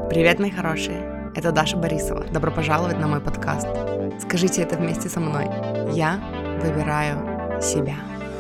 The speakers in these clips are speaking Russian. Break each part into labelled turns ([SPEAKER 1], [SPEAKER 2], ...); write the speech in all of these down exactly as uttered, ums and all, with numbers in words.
[SPEAKER 1] Привет, мои хорошие! Это Даша Борисова. Добро пожаловать на мой подкаст. Скажите это вместе со мной. Я выбираю себя.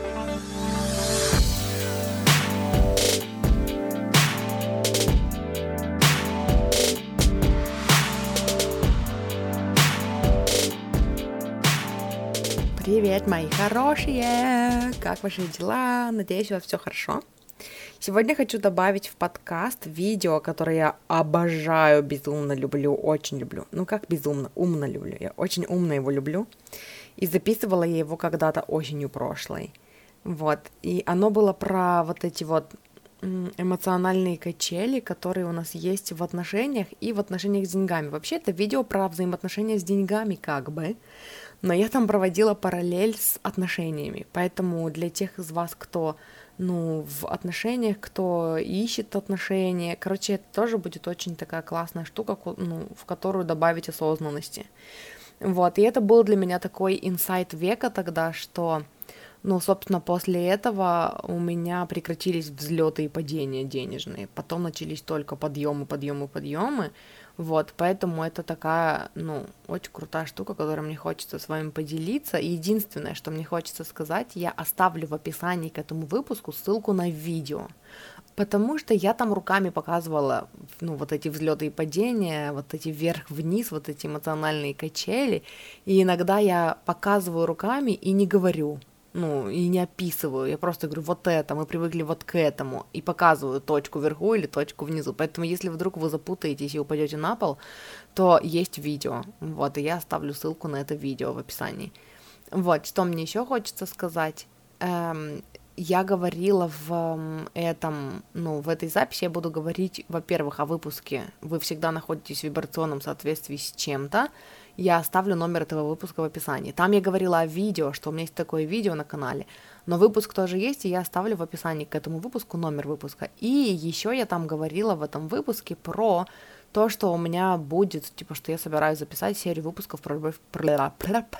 [SPEAKER 1] Привет, мои хорошие! Как ваши дела? Надеюсь, у вас все хорошо. Сегодня хочу добавить в подкаст видео, которое я обожаю, безумно люблю, очень люблю. Ну как безумно, умно люблю. Я очень умно его люблю. И записывала я его когда-то осенью прошлой. Вот. И оно было про вот эти вот эмоциональные качели, которые у нас есть в отношениях и в отношениях с деньгами. Вообще это видео про взаимоотношения с деньгами как бы. Но я там проводила параллель с отношениями. Поэтому для тех из вас, кто... ну, в отношениях, кто ищет отношения. Короче, это тоже будет очень такая классная штука, ну, в которую добавить осознанности. Вот, и это был для меня такой инсайт века тогда, что, ну, собственно, после этого у меня прекратились взлеты и падения денежные. Потом начались только подъемы, подъемы, подъемы. Вот, поэтому это такая, ну, очень крутая штука, которой мне хочется с вами поделиться. И единственное, что мне хочется сказать, я оставлю в описании к этому выпуску ссылку на видео, потому что я там руками показывала, ну, вот эти взлеты и падения, вот эти вверх-вниз, вот эти эмоциональные качели, и иногда я показываю руками и не говорю. Ну, и не описываю, я просто говорю, вот это, мы привыкли вот к этому, и показываю точку вверху или точку внизу. Поэтому, если вдруг вы запутаетесь и упадете на пол, то есть видео, вот, и я оставлю ссылку на это видео в описании. Вот, что мне еще хочется сказать. Эм, я говорила в этом, ну, в этой записи я буду говорить, во-первых, о выпуске «Вы всегда находитесь в вибрационном соответствии с чем-то». Я оставлю номер этого выпуска в описании. Там я говорила о видео, что у меня есть такое видео на канале, но выпуск тоже есть, и я оставлю в описании к этому выпуску номер выпуска. И еще я там говорила в этом выпуске про то, что у меня будет, типа, что я собираюсь записать серию выпусков про любовь, про,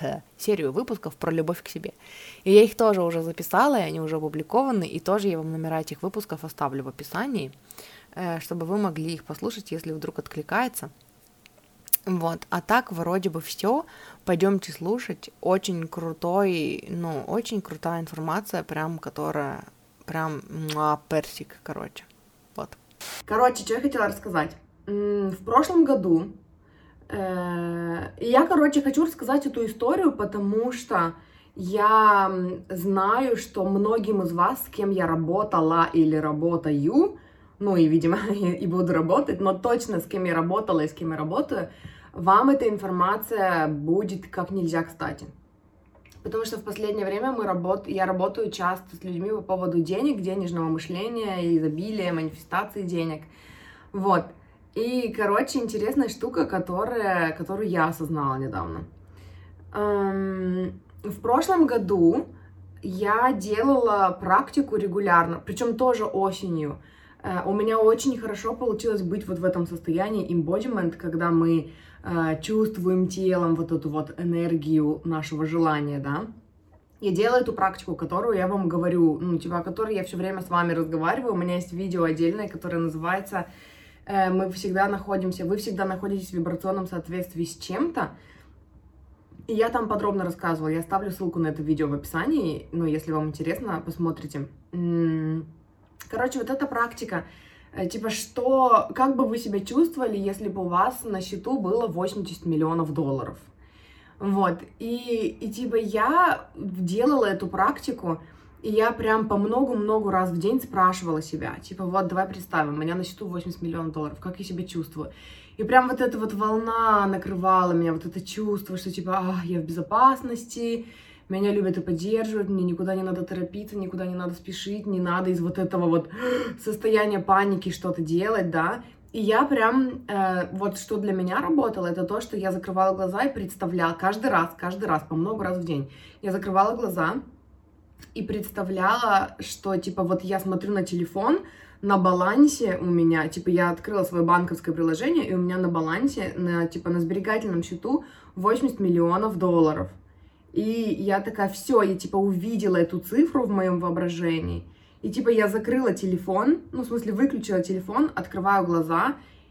[SPEAKER 1] серию выпусков про любовь к себе. И я их тоже уже записала, и они уже опубликованы, и тоже я вам номера этих выпусков оставлю в описании, чтобы вы могли их послушать, если вдруг откликается. Вот, а так вроде бы все. Пойдемте слушать. Очень крутой, ну, очень крутая информация, прям, которая, прям, муа, персик, короче. Вот. Короче, что я хотела рассказать. В прошлом году э, я, короче, хочу рассказать эту историю, потому что я знаю, что многим из вас, с кем я работала или работаю, ну и, видимо, и буду работать, но точно с кем я работала и с кем я работаю, вам эта информация будет как нельзя кстати. Потому что в последнее время мы работ... я работаю часто с людьми по поводу денег, денежного мышления, изобилия, манифестации денег. Вот. И, короче, интересная штука, которая... которую я осознала недавно. Эм... В прошлом году я делала практику регулярно, причем тоже осенью. У меня очень хорошо получилось быть вот в этом состоянии embodiment, когда мы э, чувствуем телом вот эту вот энергию нашего желания, да. Я делаю эту практику, которую я вам говорю, ну, типа, о которой я все время с вами разговариваю. У меня есть видео отдельное, которое называется э, «Мы всегда находимся, вы всегда находитесь в вибрационном соответствии с чем-то». И я там подробно рассказывала. Я оставлю ссылку на это видео в описании, ну, если вам интересно, посмотрите. Короче, вот эта практика, типа, что, как бы вы себя чувствовали, если бы у вас на счету было восемьдесят миллионов долларов. Вот, и, и типа, я делала эту практику, и я прям по много-много раз в день спрашивала себя, типа, вот, давай представим, у меня на счету восемьдесят миллионов долларов, как я себя чувствую? И прям вот эта вот волна накрывала меня, вот это чувство, что, типа, а, я в безопасности, меня любят и поддерживают, мне никуда не надо торопиться, никуда не надо спешить, не надо из вот этого вот состояния паники что-то делать, да. И я прям, э, вот что для меня работало, это то, что я закрывала глаза и представляла, каждый раз, каждый раз, по много раз в день, я закрывала глаза и представляла, что, типа, вот я смотрю на телефон, на балансе у меня, типа, я открыла свое банковское приложение, и у меня на балансе, на, типа, на сберегательном счету восемьдесят миллионов долларов. И я такая, все, я, типа, увидела эту цифру в моем воображении, и, типа, я закрыла телефон, ну, в смысле, выключила телефон, открываю глаза,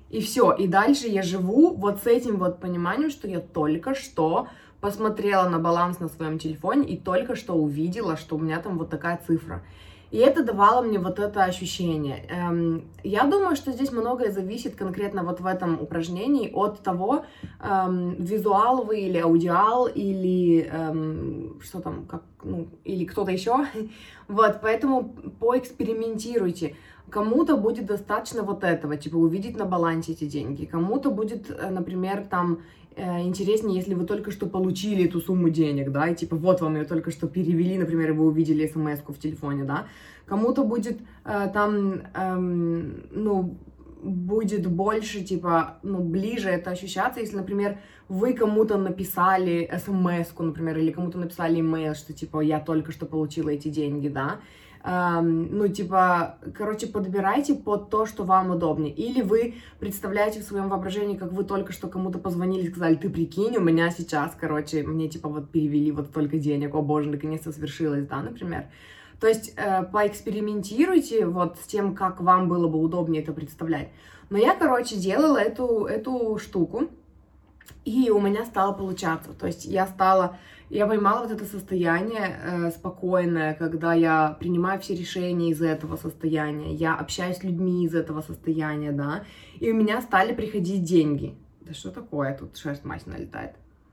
[SPEAKER 1] И все, и дальше я живу вот с этим вот пониманием, что я только что посмотрела на баланс на своем телефоне и только что увидела, что у меня там вот такая цифра. И это давало мне вот это ощущение. Эм, я думаю, что здесь многое зависит конкретно вот в этом упражнении от того, эм, визуал вы или аудиал, или эм, что там, как, ну, или кто-то еще. Вот, поэтому поэкспериментируйте. Кому-то будет достаточно вот этого, типа увидеть на балансе эти деньги. Кому-то будет, например, там интереснее, если вы только что получили эту сумму денег, да, и типа вот вам ее только что перевели, например, и вы увидели смс-ку в телефоне, да. Кому-то будет э, там, эм, ну, будет больше, типа, ну, ближе это ощущаться, если, например, вы кому-то написали смс-ку, например, или кому-то написали имейл, что, типа, я только что получила эти деньги, да. Um, ну, типа, короче, подбирайте под то, что вам удобнее. Или вы представляете в своем воображении, как вы только что кому-то позвонили и сказали, ты прикинь, у меня сейчас, короче, мне, типа, вот перевели вот столько денег, о боже, наконец-то свершилось, да, например. То есть э, поэкспериментируйте вот с тем, как вам было бы удобнее это представлять. Но я, короче, делала эту, эту штуку, и у меня стало получаться. То есть я стала... Я поймала вот это состояние э, спокойное, когда я принимаю все решения из этого состояния, я общаюсь с людьми из этого состояния, да, и у меня стали приходить деньги. Да что такое, тут шерсть мать налетает.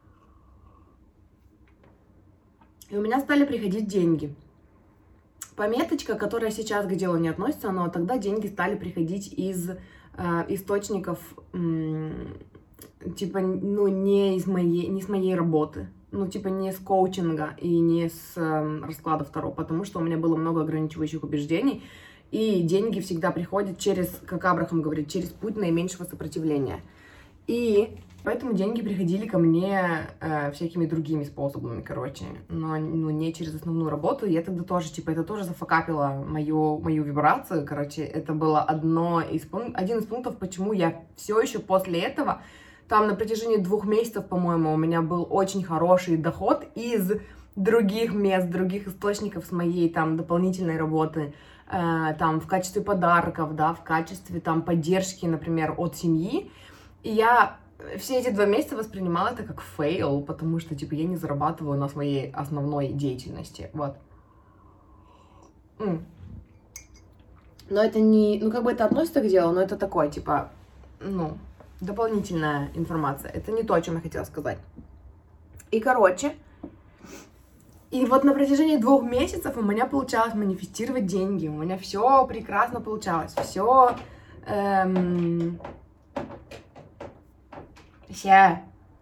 [SPEAKER 1] И у меня стали приходить деньги. Пометочка, которая сейчас к делу не относится, но тогда деньги стали приходить из э, источников, м- типа, ну, не из моей, не с моей работы. Ну, типа, не с коучинга и не с э, расклада Таро, потому что у меня было много ограничивающих убеждений, и деньги всегда приходят через, как Абрахам говорит, через путь наименьшего сопротивления. И поэтому деньги приходили ко мне э, всякими другими способами, короче, но ну, не через основную работу. И я тогда тоже, типа, это тоже зафакапило мою, мою вибрацию, короче, это было одно из, один из пунктов, почему я все еще после этого... Там на протяжении двух месяцев, по-моему, у меня был очень хороший доход из других мест, других источников с моей там дополнительной работы, э, там в качестве подарков, да, в качестве там поддержки, например, от семьи. И я все эти два месяца воспринимала это как фейл, потому что, типа, я не зарабатываю на своей основной деятельности, вот. М. Но это не, ну, как бы это относится к делу, но это такое, типа, ну... дополнительная информация. Это не то, о чем я хотела сказать. И, короче, и вот на протяжении двух месяцев у меня получалось манифестировать деньги. У меня все прекрасно получалось. Все... Эм... Все...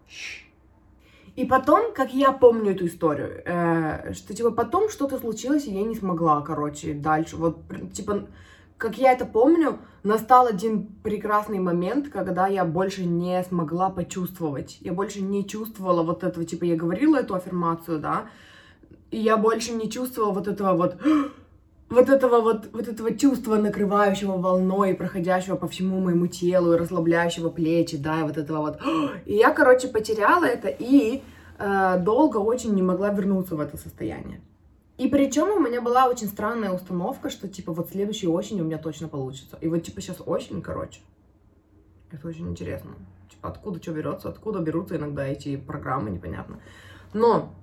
[SPEAKER 1] И потом, как я помню эту историю, э, что, типа, потом что-то случилось, и я не смогла, короче, дальше. Вот, типа... Как я это помню, настал один прекрасный момент, когда я больше не смогла почувствовать. Я больше не чувствовала вот этого, типа, я говорила эту аффирмацию, да, и я больше не чувствовала вот этого вот, вот этого вот, вот этого чувства, накрывающего волной, проходящего по всему моему телу, и расслабляющего плечи, да, и вот этого вот. И я, короче, потеряла это и э, долго очень не могла вернуться в это состояние. И причем у меня была очень странная установка, что, типа, вот следующей осенью у меня точно получится. И вот, типа, сейчас осень, короче. Это очень интересно. Типа, откуда что берется, откуда берутся иногда эти программы, непонятно. Но,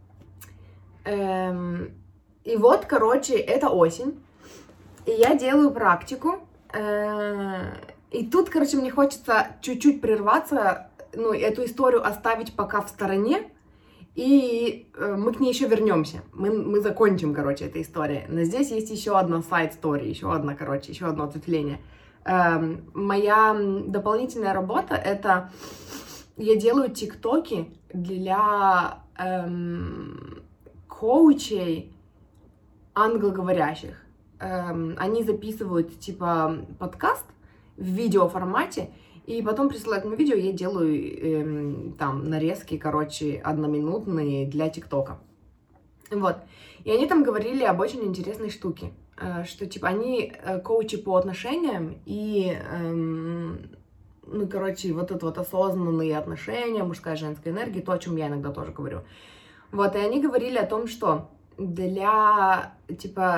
[SPEAKER 1] эм, и вот, короче, это осень. И я делаю практику. Э, и тут, короче, мне хочется чуть-чуть прерваться, ну, эту историю оставить пока в стороне. И э, мы к ней еще вернемся. Мы, мы закончим, короче, эту историю. Но здесь есть еще одна сайд-стори, еще одна, короче, еще одно ответвление. Эм, моя дополнительная работа — это я делаю тиктоки для эм, коучей англоговорящих. Эм, они записывают, типа, подкаст в видеоформате, и потом присылают мне видео, я делаю эм, там нарезки, короче, одноминутные для ТикТока. Вот. И они там говорили об очень интересной штуке, э, что, типа, они э, коучи по отношениям, и, эм, ну, короче, вот это вот осознанные отношения, мужская и женская энергия, то, о чем я иногда тоже говорю. Вот, и они говорили о том, что для, типа,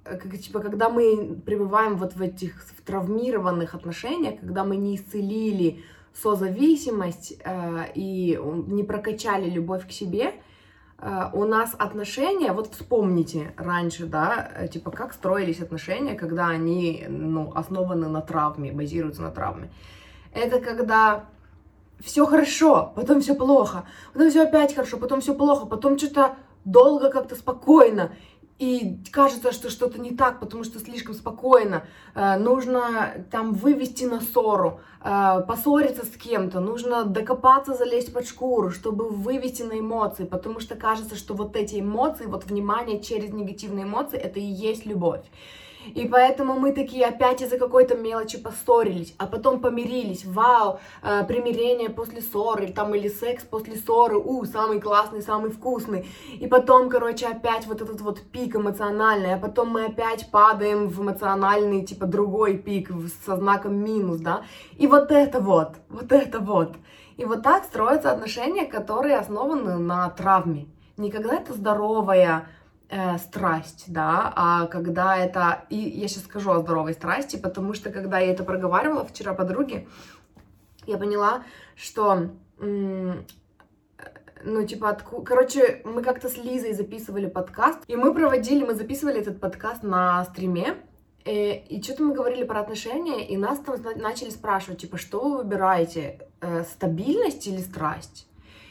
[SPEAKER 1] как, типа, когда мы пребываем вот в этих в травмированных отношениях, когда мы не исцелили созависимость э, и не прокачали любовь к себе, э, у нас отношения, вот вспомните раньше, да, э, типа, как строились отношения, когда они, ну, основаны на травме, базируются на травме. Это когда все хорошо, потом все плохо, потом все опять хорошо, потом все плохо, потом что-то долго как-то спокойно. И кажется, что что-то не так, потому что слишком спокойно. Э, нужно там вывести на ссору, э, поссориться с кем-то, нужно докопаться, залезть под шкуру, чтобы вывести на эмоции, потому что кажется, что вот эти эмоции, вот внимание через негативные эмоции, это и есть любовь. И поэтому мы такие опять из-за какой-то мелочи поссорились, а потом помирились. Вау, э, примирение после ссоры, там, или секс после ссоры, у, самый классный, самый вкусный. И потом, короче, опять вот этот вот пик эмоциональный, а потом мы опять падаем в эмоциональный, типа, другой пик со знаком минус, да. И вот это вот, вот это вот. И вот так строятся отношения, которые основаны на травме. Никогда это здоровая страсть, да, а когда это, и я сейчас скажу о здоровой страсти, потому что когда я это проговаривала вчера подруге, я поняла, что, ну, типа, отку... короче, мы как-то с Лизой записывали подкаст, и мы проводили, мы записывали этот подкаст на стриме, и, и что-то мы говорили про отношения, и нас там начали спрашивать, типа, что вы выбираете, э, стабильность или страсть?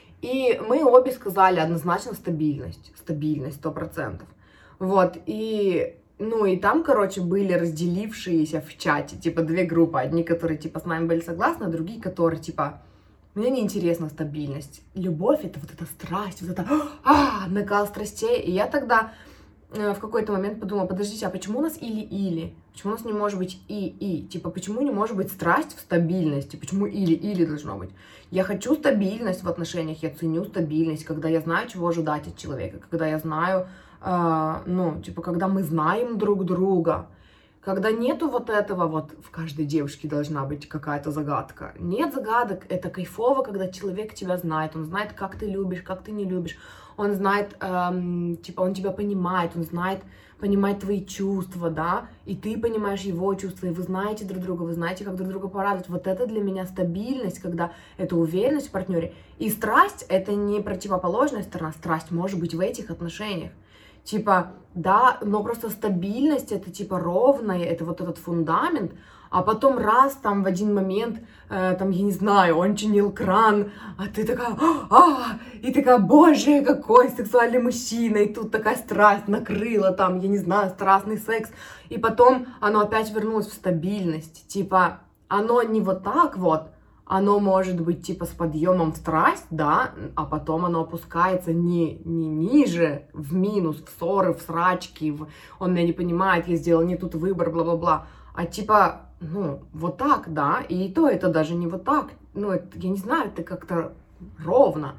[SPEAKER 1] И мы обе сказали однозначно стабильность, стабильность, сто процентов. Вот, и, ну, и там, короче, были разделившиеся в чате, типа, две группы. Одни, которые, типа, с нами были согласны, а другие, которые, типа, мне не интересна стабильность. Любовь — это вот эта страсть, вот это, а, накал страстей. И я тогда э, в какой-то момент подумала, подождите, а почему у нас или-или? Почему у нас не может быть и-и? Типа, почему не может быть страсть в стабильности? Почему или-или должно быть? Я хочу стабильность в отношениях, я ценю стабильность, когда я знаю, чего ожидать от человека, когда я знаю, э, ну, типа, когда мы знаем друг друга, когда нету вот этого вот, в каждой девушке должна быть какая-то загадка. Нет загадок, это кайфово, когда человек тебя знает, он знает, как ты любишь, как ты не любишь, он знает, эм, типа, он тебя понимает, он знает, понимает твои чувства, да, и ты понимаешь его чувства, и вы знаете друг друга, вы знаете, как друг друга порадовать. Вот это для меня стабильность, когда это уверенность в партнере. И страсть — это не противоположная сторона, страсть может быть в этих отношениях. Типа, да, но просто стабильность — это типа ровная, это вот этот фундамент, а потом раз там в один момент, э, там, я не знаю, он чинил кран, а ты такая, а, и такая, боже, какой сексуальный мужчина, и тут такая страсть накрыла, там, я не знаю, страстный секс, и потом оно опять вернулось в стабильность, типа, оно не вот так вот, оно может быть типа с подъемом в страсть, да, а потом оно опускается не, не ниже, в минус, в ссоры, в срачки, в он меня не понимает, я сделал не тут выбор, бла-бла-бла, а типа, ну, вот так, да, и то это даже не вот так, ну, это, я не знаю, это как-то ровно,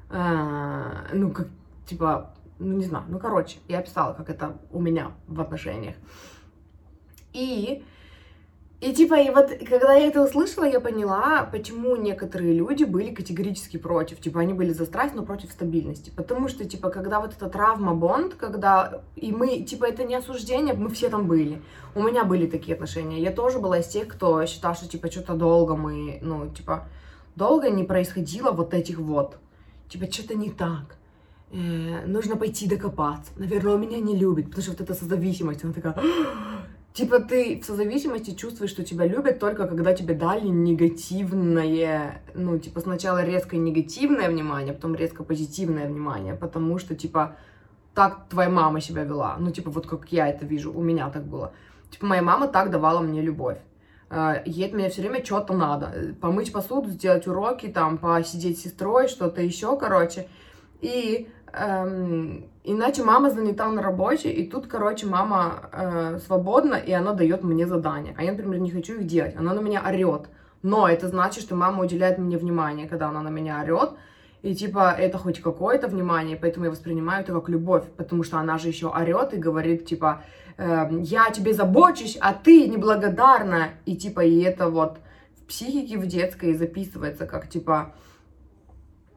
[SPEAKER 1] э, ну, как, типа, ну, не знаю, ну, короче, я описала, как это у меня в отношениях, и... И типа, и вот, когда я это услышала, я поняла, почему некоторые люди были категорически против. Типа, они были за страсть, но против стабильности. Потому что, типа, когда вот эта травма-бонд, когда... И мы, типа, это не осуждение, мы все там были. У меня были такие отношения. Я тоже была из тех, кто считал, что, типа, что-то долго мы... Ну, типа, долго не происходило вот этих вот. Типа, что-то не так. Э, нужно пойти докопаться. Наверное, он меня не любит, потому что вот эта созависимость, она такая... Типа ты в созависимости чувствуешь, что тебя любят только когда тебе дали негативное, ну, типа сначала резко негативное внимание, потом резко позитивное внимание, потому что, типа, так твоя мама себя вела, ну, типа, вот как я это вижу, у меня так было. Типа, моя мама так давала мне любовь. Ей от меня все время что-то надо, помыть посуду, сделать уроки, там, посидеть с сестрой, что-то еще, короче, и... Эм, иначе мама занята на работе, и тут, короче, мама э, свободна, и она дает мне задания. А я, например, не хочу их делать. Она на меня орет. Но это значит, что мама уделяет мне внимание, когда она на меня орет. И типа это хоть какое-то внимание, поэтому я воспринимаю это как любовь, потому что она же еще орет и говорит, типа, э, я о тебе забочусь, а ты неблагодарна. И типа, и это вот в психике в детской записывается как, типа,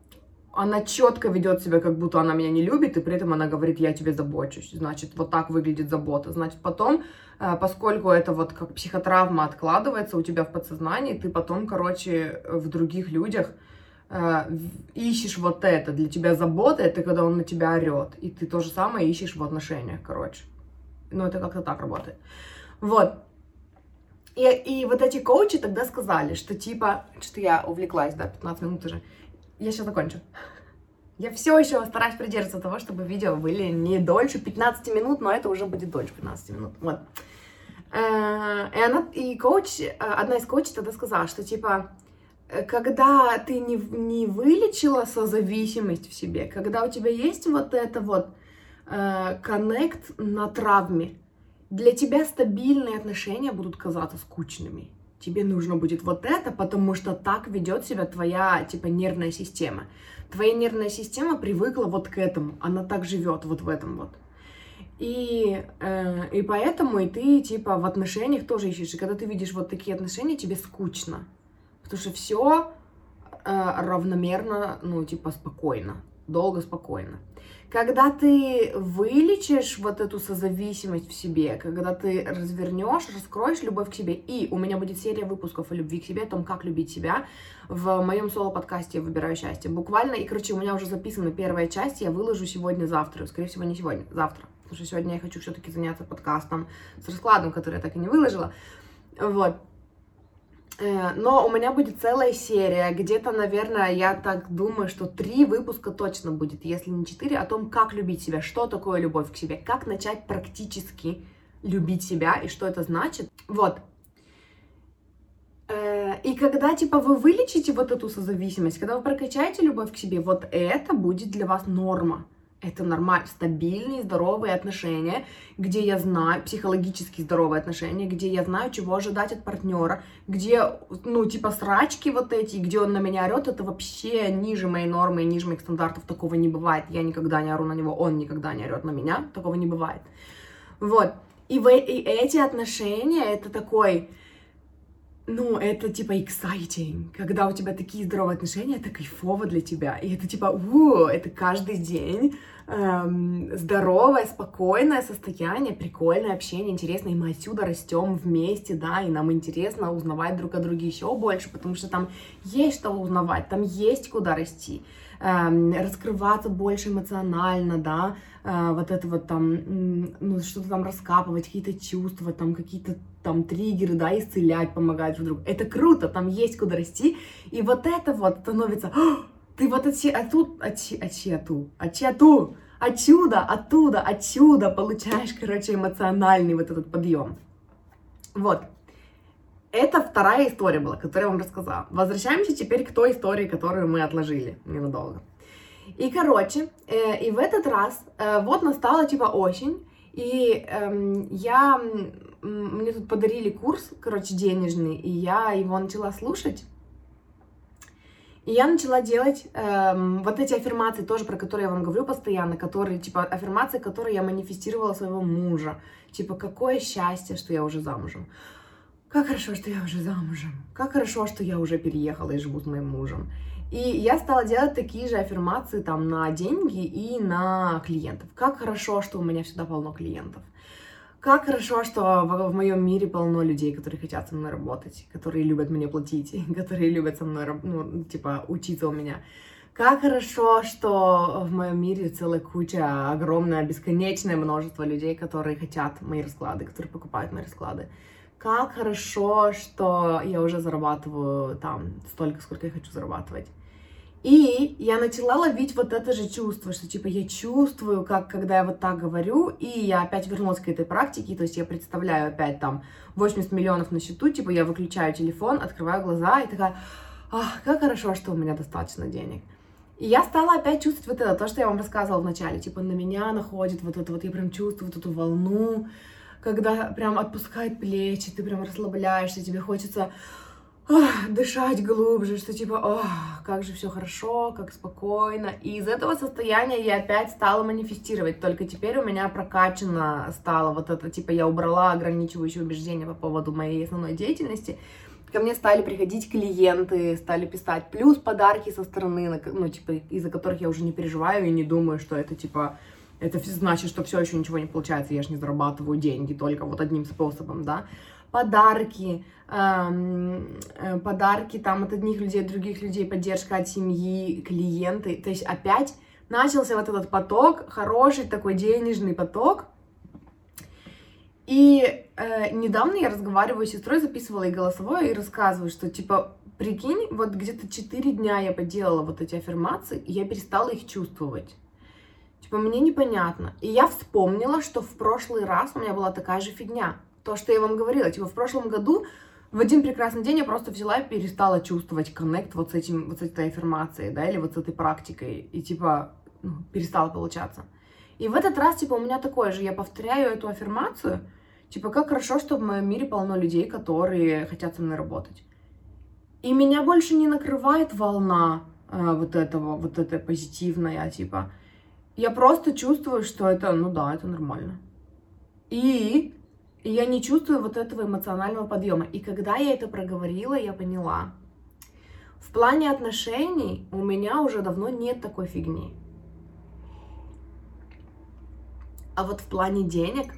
[SPEAKER 1] она четко ведет себя, как будто она меня не любит, и при этом она говорит, я тебе забочусь. Значит, вот так выглядит забота. Значит, потом, поскольку это вот как психотравма откладывается у тебя в подсознании, ты потом, короче, в других людях ищешь вот это. Для тебя забота — это когда он на тебя орет. И ты то же самое ищешь в отношениях, короче. Ну, это как-то так работает. Вот. И, и вот эти коучи тогда сказали, что типа... Что я увлеклась, да, пятнадцать минут уже. Я сейчас закончу. Я все еще стараюсь придерживаться того, чтобы видео были не дольше пятнадцати минут, но это уже будет дольше пятнадцати минут. Вот. И она, и коуч, одна из коучей тогда сказала, что типа... Когда ты не, не вылечила созависимость в себе, когда у тебя есть вот это вот коннект э, на травме, для тебя стабильные отношения будут казаться скучными. Тебе нужно будет вот это, потому что так ведет себя твоя, типа, нервная система. Твоя нервная система привыкла вот к этому, она так живет вот в этом вот. И, э, и поэтому и ты, типа, в отношениях тоже ищешь. И когда ты видишь вот такие отношения, тебе скучно. Потому что все э, равномерно, ну, типа, спокойно, долго, спокойно. Когда ты вылечишь вот эту созависимость в себе, когда ты развернешь, раскроешь любовь к себе, и у меня будет серия выпусков о любви к себе, о том, как любить себя, в моем соло-подкасте «Я выбираю счастье». Буквально, и, короче, у меня уже записана первая часть, я выложу сегодня-завтра, скорее всего, не сегодня, завтра, потому что сегодня я хочу все-таки заняться подкастом с раскладом, который я так и не выложила, вот. Но у меня будет целая серия, где-то, наверное, я так думаю, что три выпуска точно будет, если не четыре, о том, как любить себя, что такое любовь к себе, как начать практически любить себя и что это значит. Вот. И когда, типа, вы вылечите вот эту созависимость, когда вы прокачаете любовь к себе, вот это будет для вас норма. Это нормально, стабильные, здоровые отношения, где я знаю, психологически здоровые отношения, где я знаю, чего ожидать от партнера, где, ну, типа, срачки вот эти, где он на меня орет, это вообще ниже моей нормы и ниже моих стандартов, такого не бывает. Я никогда не ору на него, он никогда не орет на меня, такого не бывает. Вот, и, в, и эти отношения, это такой... Ну, это типа exciting, когда у тебя такие здоровые отношения, это кайфово для тебя, и это типа, у, это каждый день эм, здоровое, спокойное состояние, прикольное общение, интересно, и мы отсюда растем вместе, да, и нам интересно узнавать друг о друге еще больше, потому что там есть что узнавать, там есть куда расти, эм, раскрываться больше эмоционально, да, э, вот это вот там, ну, что-то там раскапывать, какие-то чувства, там какие-то там триггеры, да, исцелять, помогать друг другу. Это круто, там есть куда расти. И вот это вот становится, ты вот отси, отут, отси, отси, оту, отси, оту, отсюда, оттуда, отсюда получаешь, короче, эмоциональный вот этот подъем. Вот. Это вторая история была, которую я вам рассказала. Возвращаемся теперь к той истории, которую мы отложили ненадолго. И, короче, э, и в этот раз, э, вот настала, типа, осень, и э, я... Мне тут подарили курс, короче, денежный, и я его начала слушать. И я начала делать эм, вот эти аффирмации тоже, про которые я вам говорю постоянно, которые, типа, аффирмации, которые я манифестировала своего мужа. Типа, какое счастье, что я уже замужем. Как хорошо, что я уже замужем. Как хорошо, что я уже переехала и живу с моим мужем. И я стала делать такие же аффирмации там на деньги и на клиентов. Как хорошо, что у меня всегда полно клиентов. Как хорошо, что в, в моем мире полно людей, которые хотят со мной работать, которые любят мне платить, которые любят со мной, ну, типа, учиться у меня. Как хорошо, что в моем мире целая куча, огромное, бесконечное множество людей, которые хотят мои расклады, которые покупают мои расклады. Как хорошо, что я уже зарабатываю там столько, сколько я хочу зарабатывать. И я начала ловить вот это же чувство, что типа я чувствую, как когда я вот так говорю, и я опять вернулась к этой практике, то есть я представляю опять там восемьдесят миллионов на счету, типа я выключаю телефон, открываю глаза и такая, ах, как хорошо, что у меня достаточно денег. И я стала опять чувствовать вот это, то, что я вам рассказывала вначале, типа на меня находит вот это вот, я прям чувствую вот эту волну, когда прям отпускает плечи, ты прям расслабляешься, тебе хочется... Ох, дышать глубже, что типа, ох, как же все хорошо, как спокойно. И из этого состояния я опять стала манифестировать, только теперь у меня прокачано стало вот это, типа, я убрала ограничивающие убеждения по поводу моей основной деятельности, ко мне стали приходить клиенты, стали писать, плюс подарки со стороны, ну, типа, из-за которых я уже не переживаю и не думаю, что это, типа, это значит, что все еще ничего не получается, я же не зарабатываю деньги только вот одним способом, да. Подарки, эм, э, подарки там от одних людей, от других людей, поддержка от семьи, клиенты. То есть опять начался вот этот поток, хороший такой денежный поток. И э, недавно я разговариваю с сестрой, записывала ей голосовое и рассказываю, что, типа, прикинь, вот где-то четыре дня я поделала вот эти аффирмации, и я перестала их чувствовать. Типа, мне непонятно. И я вспомнила, что в прошлый раз у меня была такая же фигня. То, что я вам говорила, типа, в прошлом году в один прекрасный день я просто взяла и перестала чувствовать коннект вот с этим, вот с этой аффирмацией, да, или вот с этой практикой, и, типа, ну, перестала получаться. И в этот раз, типа, у меня такое же, я повторяю эту аффирмацию, типа, как хорошо, что в моем мире полно людей, которые хотят со мной работать. И меня больше не накрывает волна э, вот этого, вот этой позитивная, типа, я просто чувствую, что это, ну да, это нормально. И... И я не чувствую вот этого эмоционального подъема. И когда я это проговорила, я поняла. В плане отношений у меня уже давно нет такой фигни. А вот в плане денег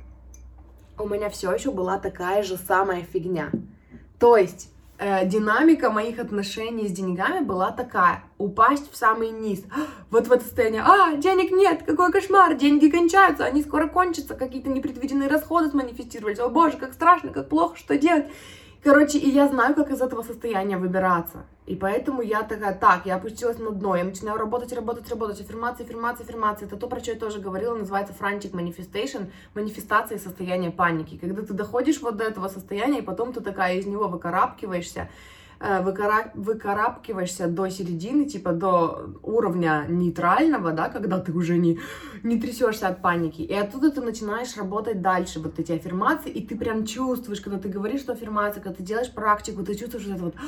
[SPEAKER 1] у меня все еще была такая же самая фигня. То есть э, динамика моих отношений с деньгами была такая. Упасть в самый низ. Вот в это состояние. А, денег нет, какой кошмар, деньги кончаются, они скоро кончатся, какие-то непредвиденные расходы сманифестировались. О боже, как страшно, как плохо, что делать? Короче, и я знаю, как из этого состояния выбираться. И поэтому я такая, так, я опустилась на дно, я начинаю работать, работать, работать, аффирмации, аффирмации, аффирмации. Это то, про что я тоже говорила, называется frantic manifestation, манифестация состояния паники. Когда ты доходишь вот до этого состояния, и потом ты такая из него выкарабкиваешься, выкара... выкарабкиваешься до середины, типа до уровня нейтрального, да, когда ты уже не, не трясешься от паники. И оттуда ты начинаешь работать дальше, вот эти аффирмации, и ты прям чувствуешь, когда ты говоришь, что аффирмация, когда ты делаешь практику, ты чувствуешь вот это вот,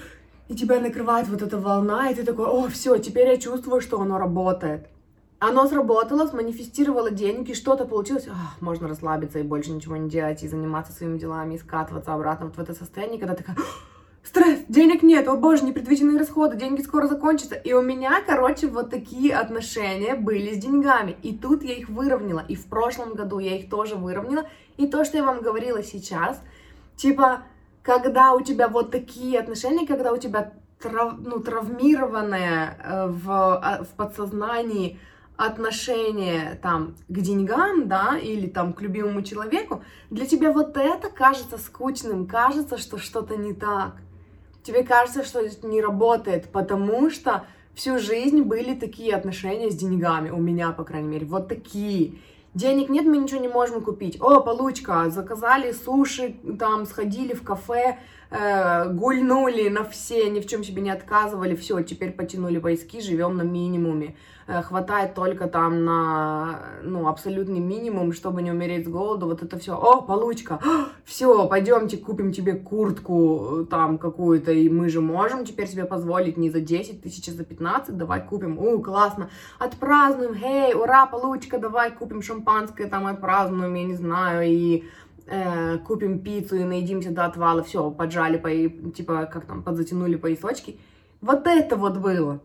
[SPEAKER 1] и тебя накрывает вот эта волна, и ты такой, о, все, теперь я чувствую, что оно работает. Оно сработало, сманифестировало деньги, что-то получилось, ах, можно расслабиться и больше ничего не делать, и заниматься своими делами, и скатываться обратно вот в это состояние, когда такая... Стресс, денег нет, о боже, непредвиденные расходы, деньги скоро закончатся. И у меня, короче, вот такие отношения были с деньгами. И тут я их выровняла. И в прошлом году я их тоже выровняла. И то, что я вам говорила сейчас, типа, когда у тебя вот такие отношения, когда у тебя трав, ну, травмированное э, в, в подсознании отношение там к деньгам, да, или там к любимому человеку, для тебя вот это кажется скучным, кажется, что что-то не так. Тебе кажется, что это не работает, потому что всю жизнь были такие отношения с деньгами, у меня, по крайней мере, вот такие. Денег нет, мы ничего не можем купить. О, получка, заказали суши, там, сходили в кафе, э, гульнули на все, ни в чем себе не отказывали, все, теперь потянули поиски, живем на минимуме. Э, хватает только там на, ну, абсолютный минимум, чтобы не умереть с голоду, вот это все. О, получка, все, пойдемте купим тебе куртку там какую-то, и мы же можем теперь себе позволить не за десять тысяч, а за пятнадцать, давай купим, у, классно, отпразднуем, эй, ура, получка, давай купим шампанское, там отпразднуем, я не знаю, и э, купим пиццу и наедимся до отвала, все, поджали, по, типа, как там, подзатянули поясочки. Вот это вот было.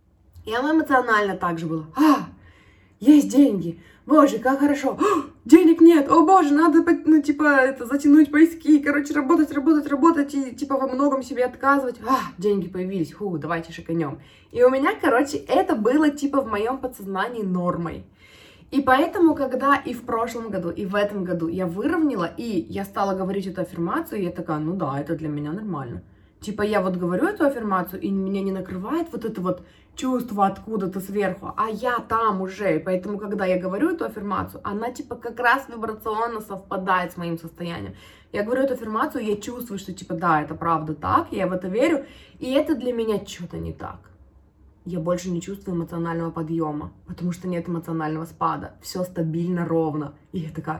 [SPEAKER 1] И оно эмоционально также было. А, есть деньги, боже, как хорошо, а, денег нет, о боже, надо, ну, типа, это, затянуть поиски, короче, работать, работать, работать, и, типа, во многом себе отказывать. А, деньги появились, фу, давайте шиканем. И у меня, короче, это было, типа, в моем подсознании нормой. И поэтому, когда и в прошлом году, и в этом году я выровняла, и я стала говорить эту аффирмацию, я такая, ну да, это для меня нормально. Типа, я вот говорю эту аффирмацию, и меня не накрывает вот это вот чувство откуда-то сверху, а я там уже. И поэтому, когда я говорю эту аффирмацию, она, типа, как раз вибрационно совпадает с моим состоянием. Я говорю эту аффирмацию, я чувствую, что, типа, да, это правда так, я в это верю, и это для меня что-то не так. Я больше не чувствую эмоционального подъема, потому что нет эмоционального спада. Все стабильно, ровно. И я такая...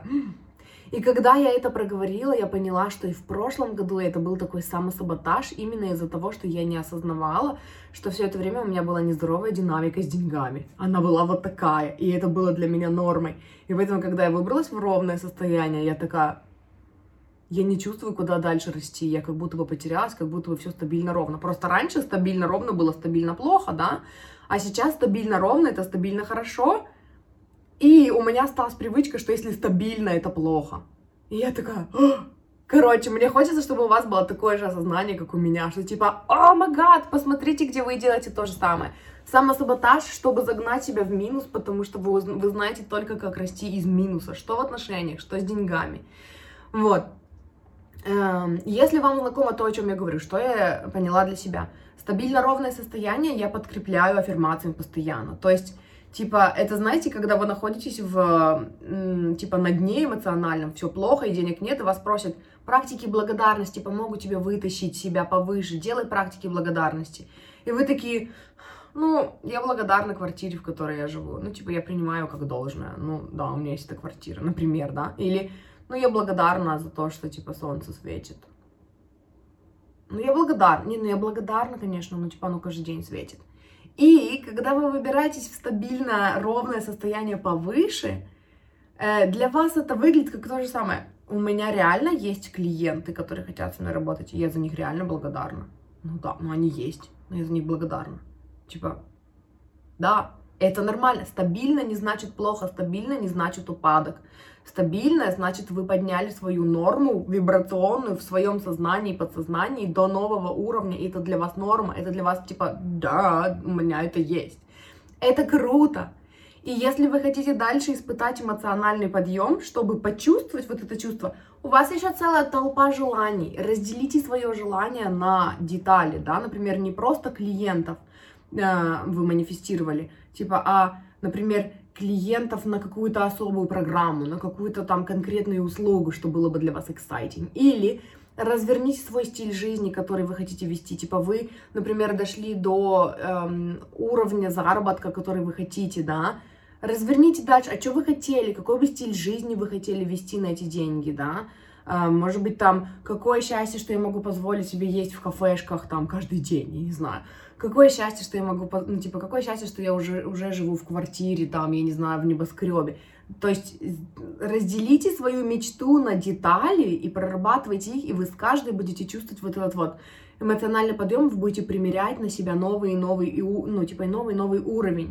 [SPEAKER 1] И когда я это проговорила, я поняла, что и в прошлом году это был такой самосаботаж, именно из-за того, что я не осознавала, что все это время у меня была нездоровая динамика с деньгами. Она была вот такая, и это было для меня нормой. И поэтому, когда я выбралась в ровное состояние, я такая... я не чувствую, куда дальше расти, я как будто бы потерялась, как будто бы все стабильно ровно. Просто раньше стабильно ровно было стабильно плохо, да, а сейчас стабильно ровно это стабильно хорошо, и у меня осталась привычка, что если стабильно, это плохо. И я такая... Короче, мне хочется, чтобы у вас было такое же осознание, как у меня, что типа, о май гад, посмотрите, где вы делаете то же самое. Самосаботаж, чтобы загнать себя в минус, потому что вы, вы знаете только, как расти из минуса, что в отношениях, что с деньгами. Вот. Если вам знакомо то, о чем я говорю, что я поняла для себя. Стабильно ровное состояние я подкрепляю аффирмациями постоянно. То есть, типа, это, знаете, когда вы находитесь в, типа, на дне эмоциональном, все плохо и денег нет, и вас просят, практики благодарности помогут тебе вытащить себя повыше, делай практики благодарности. И вы такие, ну, я благодарна квартире, в которой я живу, ну, типа, я принимаю как должное, ну, да, у меня есть эта квартира, например, да, или, ну, я благодарна за то, что, типа, солнце светит. Ну, я благодарна, не, ну, я благодарна, конечно, но, типа, оно каждый день светит. И когда вы выбираетесь в стабильно ровное состояние повыше, для вас это выглядит как то же самое. У меня реально есть клиенты, которые хотят со мной работать, и я за них реально благодарна. Ну да, ну они есть, но я за них благодарна. Типа, да, это нормально. Стабильно не значит плохо, стабильно не значит упадок. Стабильно значит, вы подняли свою норму вибрационную в своем сознании и подсознании до нового уровня, и это для вас норма, это для вас типа, да, у меня это есть. Это круто. И если вы хотите дальше испытать эмоциональный подъем, чтобы почувствовать вот это чувство, у вас еще целая толпа желаний. Разделите свое желание на детали, да, например, не просто клиентов э, вы манифестировали, типа, а, например, клиентов на какую-то особую программу, на какую-то там конкретную услугу, что было бы для вас exciting. Или разверните свой стиль жизни, который вы хотите вести. Типа вы, например, дошли до эм, уровня заработка, который вы хотите, да. Разверните дальше, а что вы хотели, какой бы стиль жизни вы хотели вести на эти деньги, да. Э, может быть, там, какое счастье, что я могу позволить себе есть в кафешках там каждый день, я не знаю. Какое счастье, что я могу, ну, типа, какое счастье, что я уже, уже живу в квартире, там, я не знаю, в небоскребе. То есть разделите свою мечту на детали и прорабатывайте их, и вы с каждой будете чувствовать вот этот вот эмоциональный подъем, вы будете примерять на себя новый и новый, ну, типа, новый и новый уровень.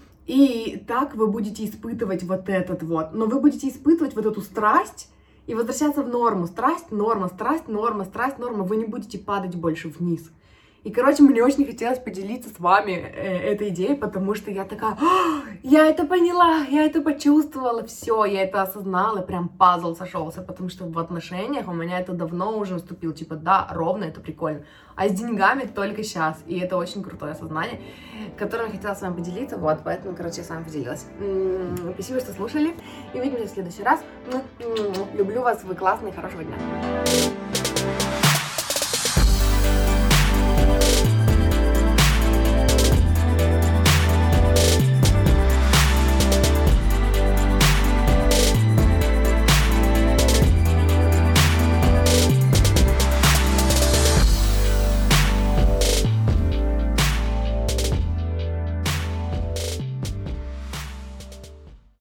[SPEAKER 1] И так вы будете испытывать вот этот вот, но вы будете испытывать вот эту страсть и возвращаться в норму. Страсть, норма, страсть, норма, страсть, норма. Вы не будете падать больше вниз. И, короче, мне очень хотелось поделиться с вами э, этой идеей, потому что я такая, я это поняла, я это почувствовала, все, я это осознала, прям пазл сошелся, потому что в отношениях у меня это давно уже наступило, типа, да, ровно, это прикольно, а с деньгами только сейчас, и это очень крутое осознание, которое я хотела с вами поделиться, вот, поэтому, короче, я с вами поделилась. М-м, спасибо, что слушали, и увидимся в следующий раз. М-м, люблю вас, вы классные, хорошего дня.